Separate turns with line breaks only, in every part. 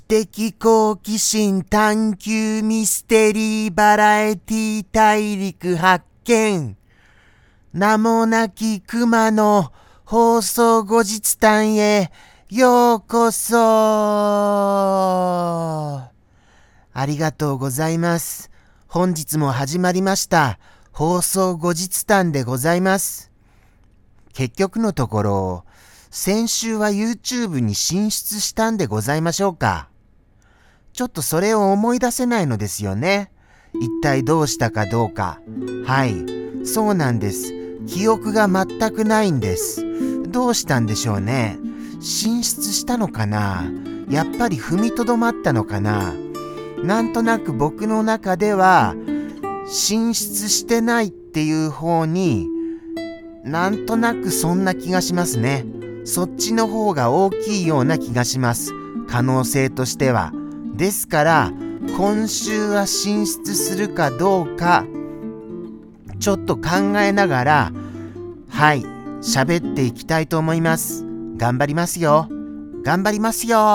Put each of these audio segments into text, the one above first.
的好奇心探求ミステリーバラエティ大陸発見。名もなき熊の放送後日談へようこそ。ありがとうございます。本日も始まりました放送後日談でございます。結局のところ、先週は YouTube に進出したんでございましょうか。ちょっとそれを思い出せないのですよね。一体どうしたかどうか。はい、そうなんです。記憶が全くないんです。どうしたんでしょうね。進出したのかな。やっぱり踏みとどまったのかな。なんとなく僕の中では進出してないっていう方になんとなくそんな気がしますね。そっちの方が大きいような気がします。可能性としては。ですから今週は進出するかどうかちょっと考えながら喋っていきたいと思います。頑張りますよ。頑張りますよ。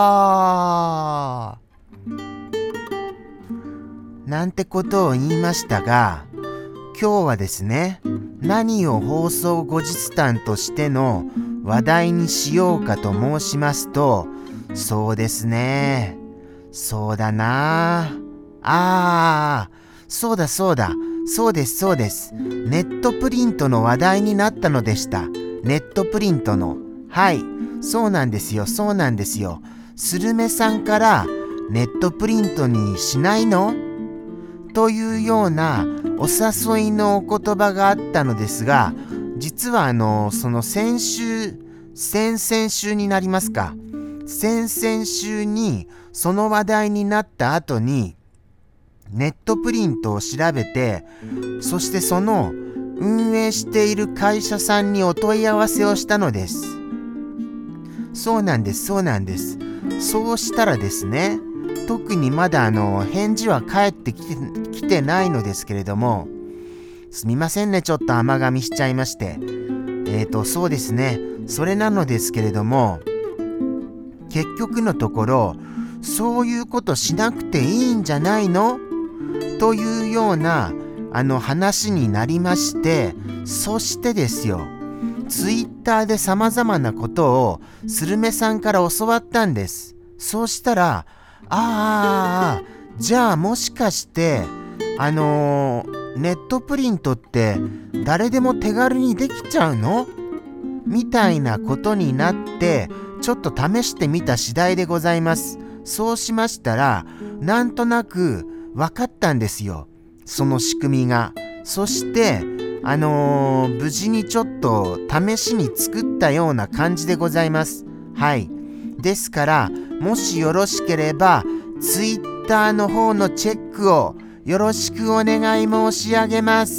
なんてことを言いましたが、今日はですね、何を放送後日談としての話題にしようかと申しますと、そうですね、そうだなあ。そうだ。そうです。ネットプリントの話題になったのでした。ネットプリントの。はい。そうなんですよ。スルメさんからネットプリントにしないの？というようなお誘いのお言葉があったのですが、実はその先々週になりますか。先々週にその話題になった後にネットプリントを調べて、そしてその運営している会社さんにお問い合わせをしたのです。そうなんです。そうしたらですね、特にまだ返事は返ってきてないのですけれども、すみませんね、ちょっと甘噛みしちゃいまして。そうですね、それなのですけれども、結局のところそういうことしなくていいんじゃないのというような話になりまして、そしてですよ、ツイッターで様々なことをスルメさんから教わったんです。そうしたら、じゃあもしかしてネットプリントって誰でも手軽にできちゃうの？みたいなことになって、ちょっと試してみた次第でございます。そうしましたら、なんとなく分かったんですよ、その仕組みが。そして無事にちょっと試しに作ったような感じでございます。はい。ですからもしよろしければツイッターの方のチェックをよろしくお願い申し上げます。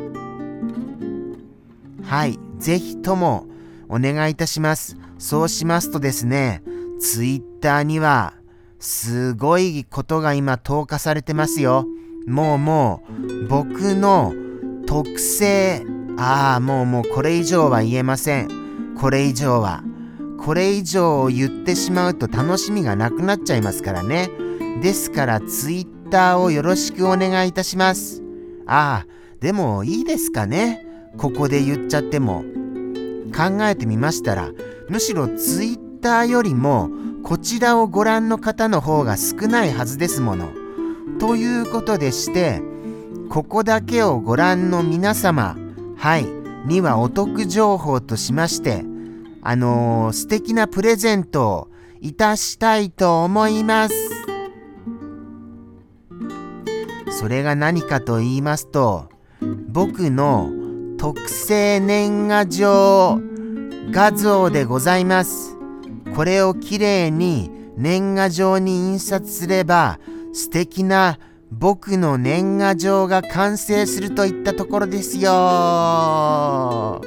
はい、ぜひともお願いいたします。そうしますとですね、ツイッターにはすごいことが今投下されてますよ。もう僕の特性、もうこれ以上は言えません。これ以上を言ってしまうと楽しみがなくなっちゃいますからね。ですからツイッターをよろしくお願いいたします。でもいいですかね、ここで言っちゃっても。考えてみましたら、むしろツイッターよりもこちらをご覧の方の方が少ないはずですもの。ということでして、ここだけをご覧の皆様、にはお得情報としまして、素敵なプレゼントをいたしたいと思います。それが何かと言いますと、僕の特製年賀状画像でございます。これをきれいに年賀状に印刷すれば、素敵な僕の年賀状が完成するといったところですよ。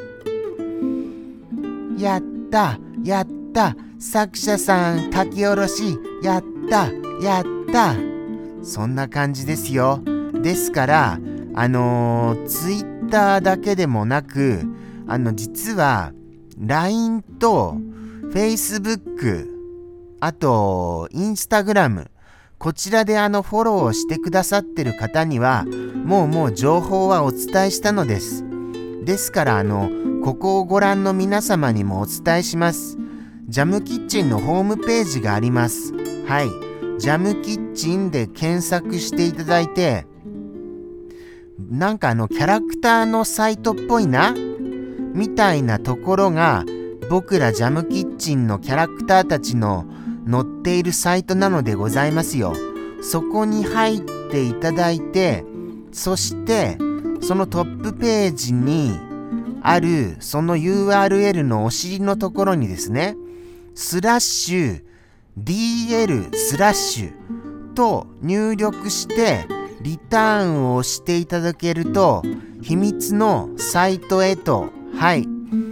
やった作者さん書き下ろしやったそんな感じですよ。ですからツイッターだけでもなく実は LINE と Facebook あと、インスタグラム。こちらでフォローをしてくださってる方には、もう情報はお伝えしたのです。ですから、ここをご覧の皆様にもお伝えします。ジャムキッチンのホームページがあります。はい。ジャムキッチンで検索していただいて、なんかキャラクターのサイトっぽいなみたいなところが、僕らジャムキッチンのキャラクターたちの載っているサイトなのでございますよ。そこに入っていただいて、そしてそのトップページにあるその URL のお尻のところにですね、/DL/ と入力してリターンを押していただけると、秘密のサイトへと、入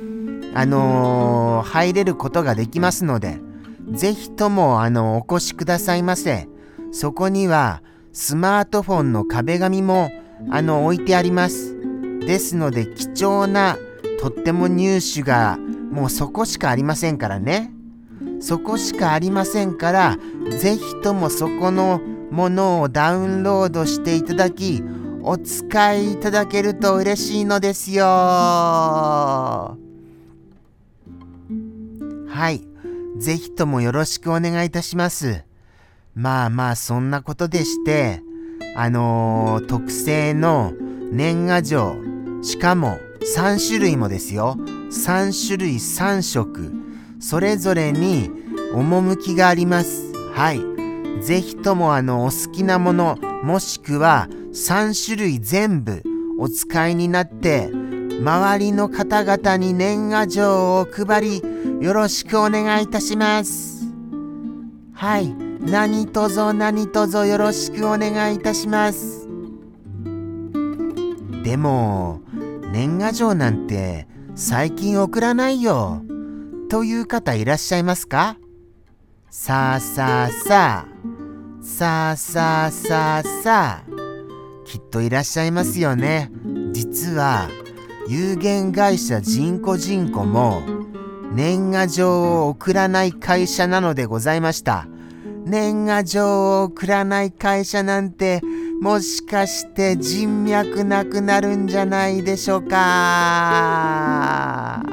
れることができますので、ぜひともお越しくださいませ。そこにはスマートフォンの壁紙も置いてあります。ですので貴重なとっても入手がもうそこしかありませんからね。そこしかありませんから、ぜひともそこのものをダウンロードしていただき、お使いいただけると嬉しいのですよ。はい。ぜひともよろしくお願いいたします。まあそんなことでして、特製の年賀状、しかも3種類もですよ。3種類3色、それぞれに趣があります。はい。ぜひともお好きなもの、もしくは3種類全部お使いになって、周りの方々に年賀状を配り、よろしくお願いいたします。はい。何卒よろしくお願いいたします。でも、年賀状なんて最近送らないよ。という方いらっしゃいますか？さあ。きっといらっしゃいますよね。実は、有限会社ジンコも年賀状を送らない会社なのでございました。年賀状を送らない会社なんて、もしかして人脈なくなるんじゃないでしょうか。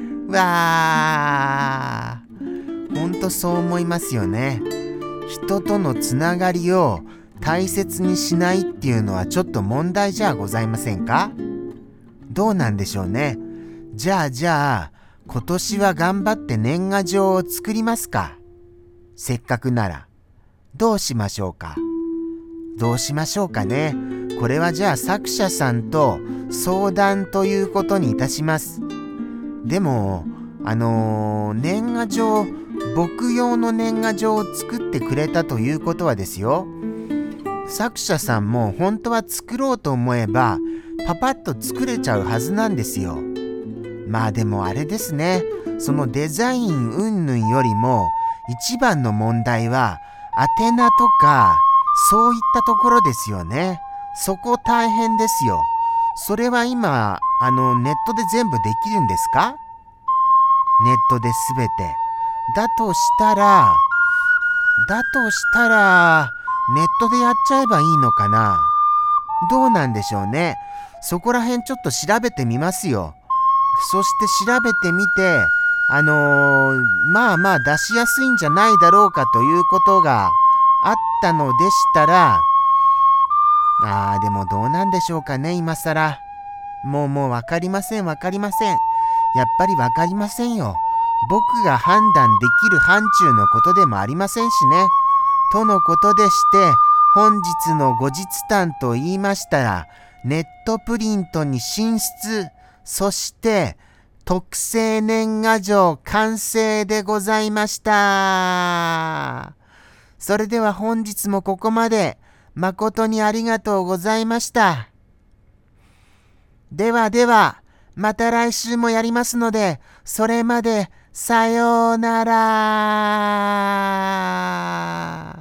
わー。ほんとそう思いますよね。人とのつながりを大切にしないっていうのはちょっと問題じゃございませんか？どうなんでしょうね。じゃあ、今年は頑張って年賀状を作りますか？せっかくなら。どうしましょうかね。これはじゃあ作者さんと相談ということにいたします。でも、年賀状、僕用の年賀状を作ってくれたということはですよ。作者さんも本当は作ろうと思えば、パパッと作れちゃうはずなんですよ。まあでもあれですね。そのデザイン云々よりも、一番の問題は、宛名とか、そういったところですよね。そこ大変ですよ。それは今、ネットで全部できるんですか？ネットで全て。だとしたら、ネットでやっちゃえばいいのかな？どうなんでしょうね。そこら辺ちょっと調べてみますよ。そして調べてみて、まあ出しやすいんじゃないだろうかということがあったのでしたら、でもどうなんでしょうかね、今更。もうわかりません。やっぱりわかりませんよ。僕が判断できる範疇のことでもありませんしね。とのことでして、本日の後日談と言いましたら、ネットプリントに進出、そして特製年賀状完成でございました。それでは本日もここまで誠にありがとうございました。では、また来週もやりますので、それまでさようなら。